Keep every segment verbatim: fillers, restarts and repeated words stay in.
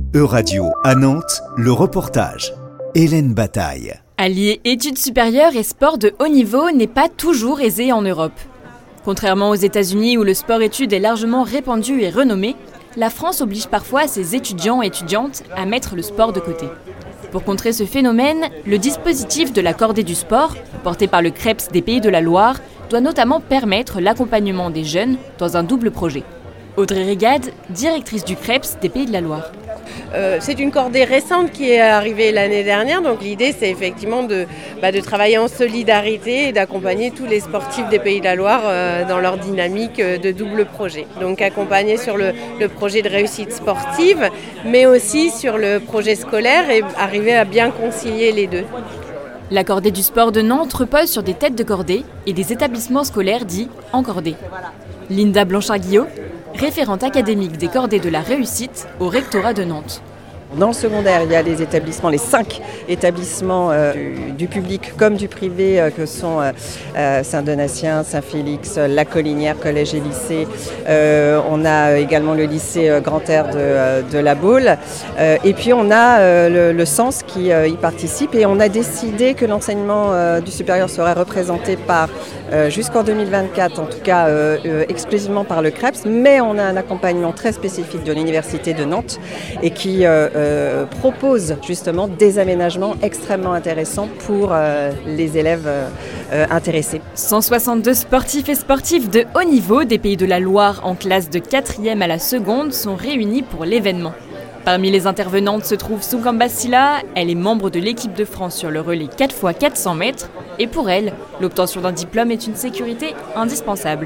Euradio à Nantes, le reportage. Hélène Bataille. Allier études supérieures et sport de haut niveau n'est pas toujours aisé en Europe. Contrairement aux États-Unis où le sport-études est largement répandu et renommé, la France oblige parfois ses étudiants et étudiantes à mettre le sport de côté. Pour contrer ce phénomène, le dispositif de la Cordée du sport, porté par le CREPS des Pays de la Loire, doit notamment permettre l'accompagnement des jeunes dans un double projet. Audrey Régade, directrice du CREPS des Pays de la Loire. Euh, c'est une cordée récente qui est arrivée l'année dernière, donc l'idée c'est effectivement de, bah, de travailler en solidarité et d'accompagner tous les sportifs des Pays de la Loire euh, dans leur dynamique de double projet. Donc accompagner sur le, le projet de réussite sportive, mais aussi sur le projet scolaire et arriver à bien concilier les deux. La Cordée du sport de Nantes repose sur des têtes de cordée et des établissements scolaires dits en cordée. Linda Blanchard-Guillot, référente académique des cordées de la réussite au rectorat de Nantes. Dans le secondaire, il y a les établissements, les cinq établissements euh, du, du public comme du privé euh, que sont euh, Saint-Donatien, Saint-Félix, La Collinière, collège et lycée. Euh, on a également le lycée euh, Grand Air de, de La Baule. Euh, et puis on a euh, le, le Sens qui euh, y participe. Et on a décidé que l'enseignement euh, du supérieur serait représenté par, euh, jusqu'en deux mille vingt-quatre, en tout cas euh, euh, exclusivement par le CREPS. Mais on a un accompagnement très spécifique de l'Université de Nantes et qui euh, Euh, propose justement des aménagements extrêmement intéressants pour euh, les élèves euh, intéressés. cent soixante-deux sportifs et sportives de haut niveau des Pays de la Loire en classe de quatrième à la seconde sont réunis pour l'événement. Parmi les intervenantes se trouve Soukamba Silla, elle est membre de l'équipe de France sur le relais quatre fois quatre cents mètres et pour elle, l'obtention d'un diplôme est une sécurité indispensable.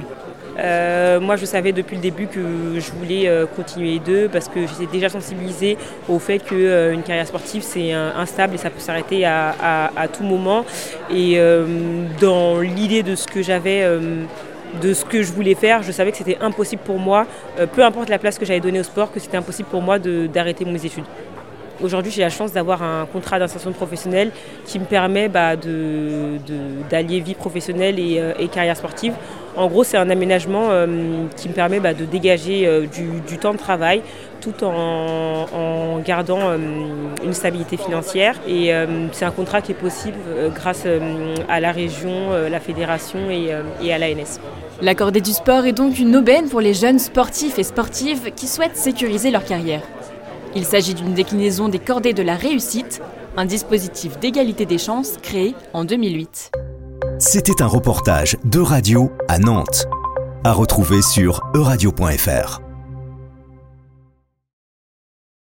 Euh, moi je savais depuis le début que je voulais euh, continuer les deux parce que j'étais déjà sensibilisée au fait qu'une euh, carrière sportive c'est un, instable et ça peut s'arrêter à, à, à tout moment et euh, dans l'idée de ce que j'avais euh, de ce que je voulais faire, je savais que c'était impossible pour moi, euh, peu importe la place que j'avais donnée au sport, que c'était impossible pour moi de, d'arrêter mes études. Aujourd'hui, j'ai la chance d'avoir un contrat d'insertion professionnelle qui me permet bah, de, de, d'allier vie professionnelle et, euh, et carrière sportive. En gros, c'est un aménagement euh, qui me permet bah, de dégager euh, du, du temps de travail tout en, en gardant euh, une stabilité financière. Et euh, c'est un contrat qui est possible euh, grâce euh, à la région, euh, la fédération et, euh, et à l'A N S. La Cordée du sport est donc une aubaine pour les jeunes sportifs et sportives qui souhaitent sécuriser leur carrière. Il s'agit d'une déclinaison des cordées de la réussite, un dispositif d'égalité des chances créé en deux mille huit. C'était un reportage d'Euradio à Nantes, à retrouver sur euradio point f r.